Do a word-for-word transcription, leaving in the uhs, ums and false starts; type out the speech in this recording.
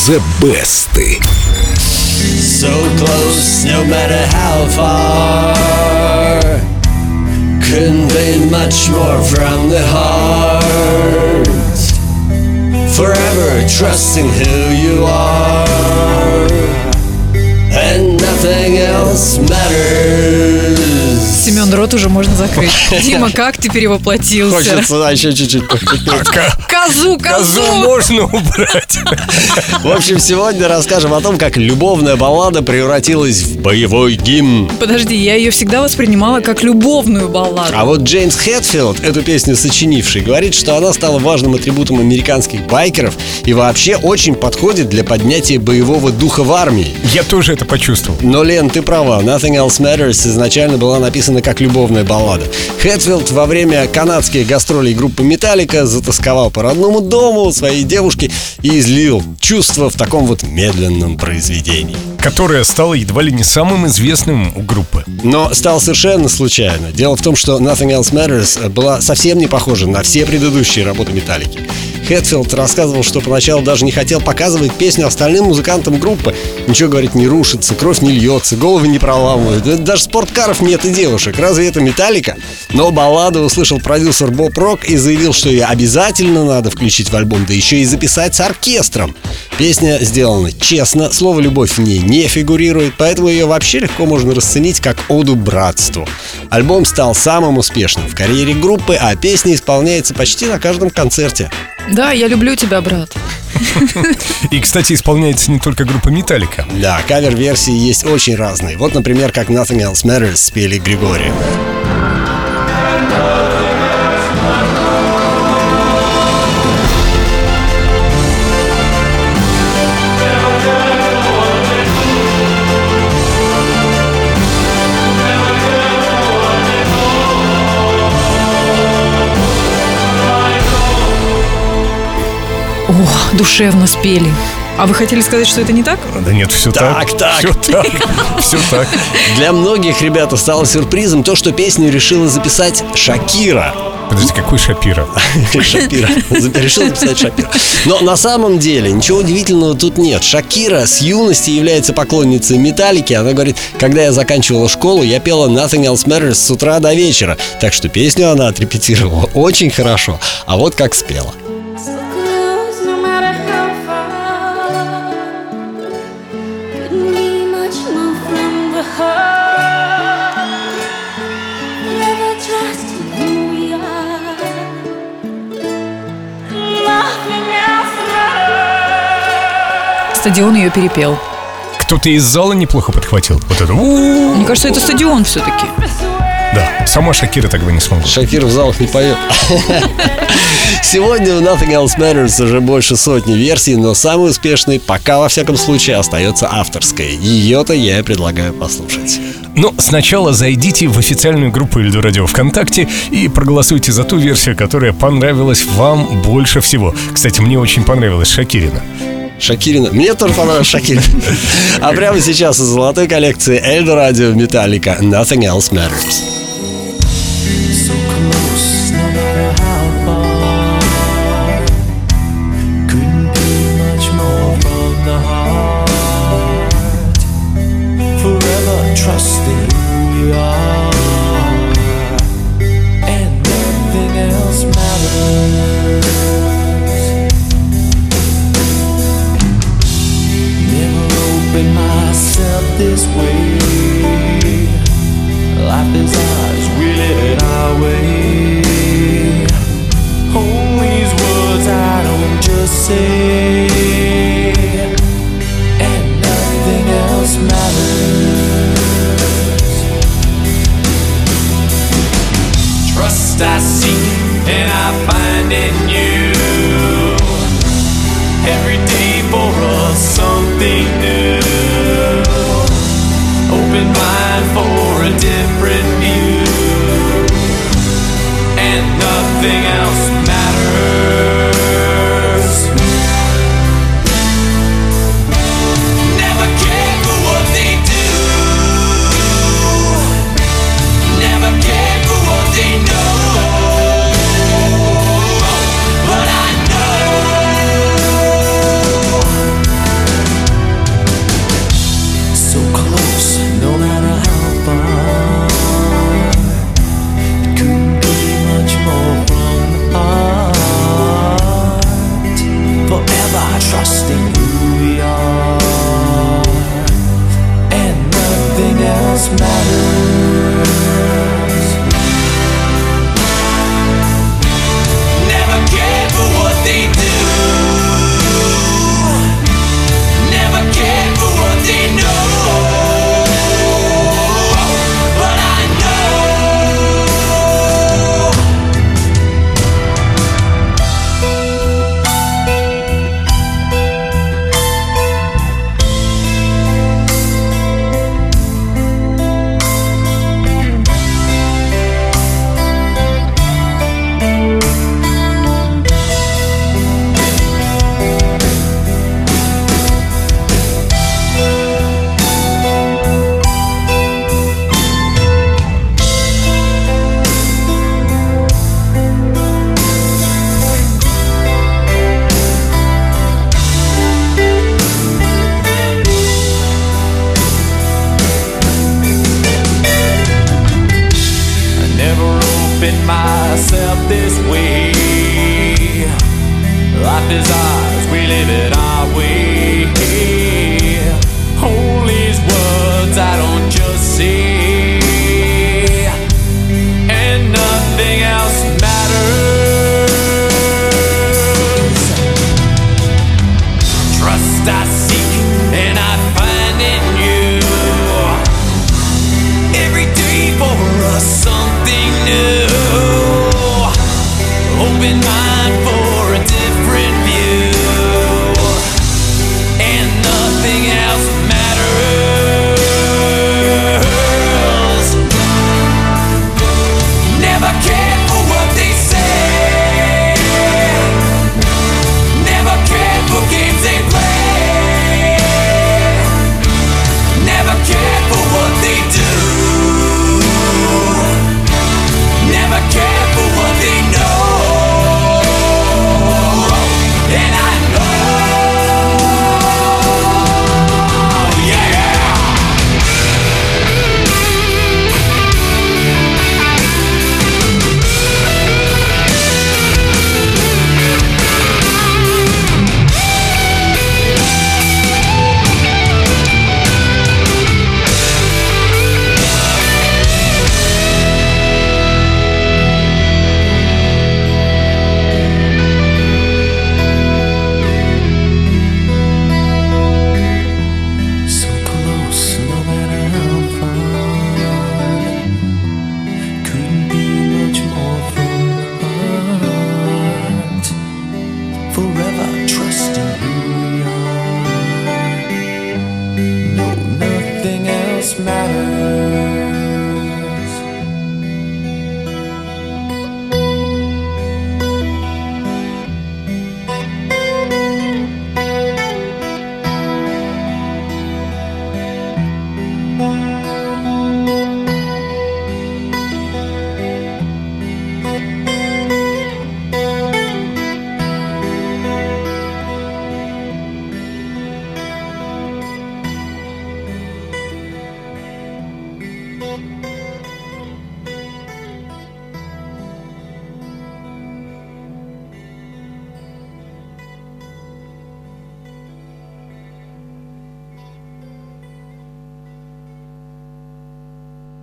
The Best. So close, no matter how far. Couldn't be much more from the heart. Forever trusting who you are, and nothing else matters. Семен, рот уже можно закрыть. Дима, как ты перевоплотился? Хочется, да, еще чуть-чуть. Козу, козу! Козу можно убрать. В общем, сегодня расскажем о том, как любовная баллада превратилась в боевой гимн. Подожди, я ее всегда воспринимала как любовную балладу. А вот Джеймс Хэтфилд, эту песню сочинивший, говорит, что она стала важным атрибутом американских байкеров и вообще очень подходит для поднятия боевого духа в армии. Я тоже это почувствовал. Но, Лен, ты права, Nothing Else Matters изначально была написана как любовная баллада. Хэтфилд во время канадских гастролей группы Metallica затасковал по родному дому своей девушки и излил чувства в таком вот медленном произведении, которое стало едва ли не самым известным у группы. Но стал совершенно случайно. Дело в том, что Nothing Else Matters была совсем не похожа на все предыдущие работы Металлики. Хэтфилд рассказывал, что поначалу даже не хотел показывать песню остальным музыкантам группы. Ничего, говорит, не рушится, кровь не льется, головы не проламывают. Даже спорткаров нет и девушек. Разве это Металлика? Но балладу услышал продюсер Боб Рок и заявил, что ее обязательно надо включить в альбом, да еще и записать с оркестром. Песня сделана честно, слово «любовь» в ней не фигурирует, поэтому ее вообще легко можно расценить как оду братству. Альбом стал самым успешным в карьере группы, а песня исполняется почти на каждом концерте. Да, я люблю тебя, брат. И, кстати, исполняется не только группа Metallica. Да, кавер-версии есть очень разные. Вот, например, как Nothing Else Matters спели Григория. Ох, душевно спели. А вы хотели сказать, что это не так? Да нет, все так. Так, так. Все так. Все так. Для многих, ребята, стало сюрпризом то, что песню решила записать Шакира. Подожди, какой Шапира? Шапира. Решил записать Шапира. Но на самом деле ничего удивительного тут нет. Шакира с юности является поклонницей Металлики. Она говорит, когда я заканчивала школу, я пела Nothing Else Matters с утра до вечера. Так что песню она отрепетировала очень хорошо. А вот как спела. Стадион ее перепел. Кто-то из зала неплохо подхватил. Вот это. У-у-у. Мне кажется, это стадион все-таки. Да, сама Шакира так бы не смогла. Шакира в залах не поет. Сегодня у Nothing Else Matters уже больше сотни версий, но самой успешной пока, во всяком случае, остается авторская. Ее-то я и предлагаю послушать. Но сначала зайдите в официальную группу Эльдорадио ВКонтакте и проголосуйте за ту версию, которая понравилась вам больше всего. Кстати, мне очень понравилась Шакирина. Шакирина. Мне тоже понравилась Шакирина. А прямо сейчас из золотой коллекции Эльдорадио Металлика Nothing Else Matters. Trusting who we are, and nothing else matters. Never opened myself this way. Life is ours, we live it our way. Hold these words I don't just say, and nothing else matters. Trust I seek and I find in you. Every day for us something new.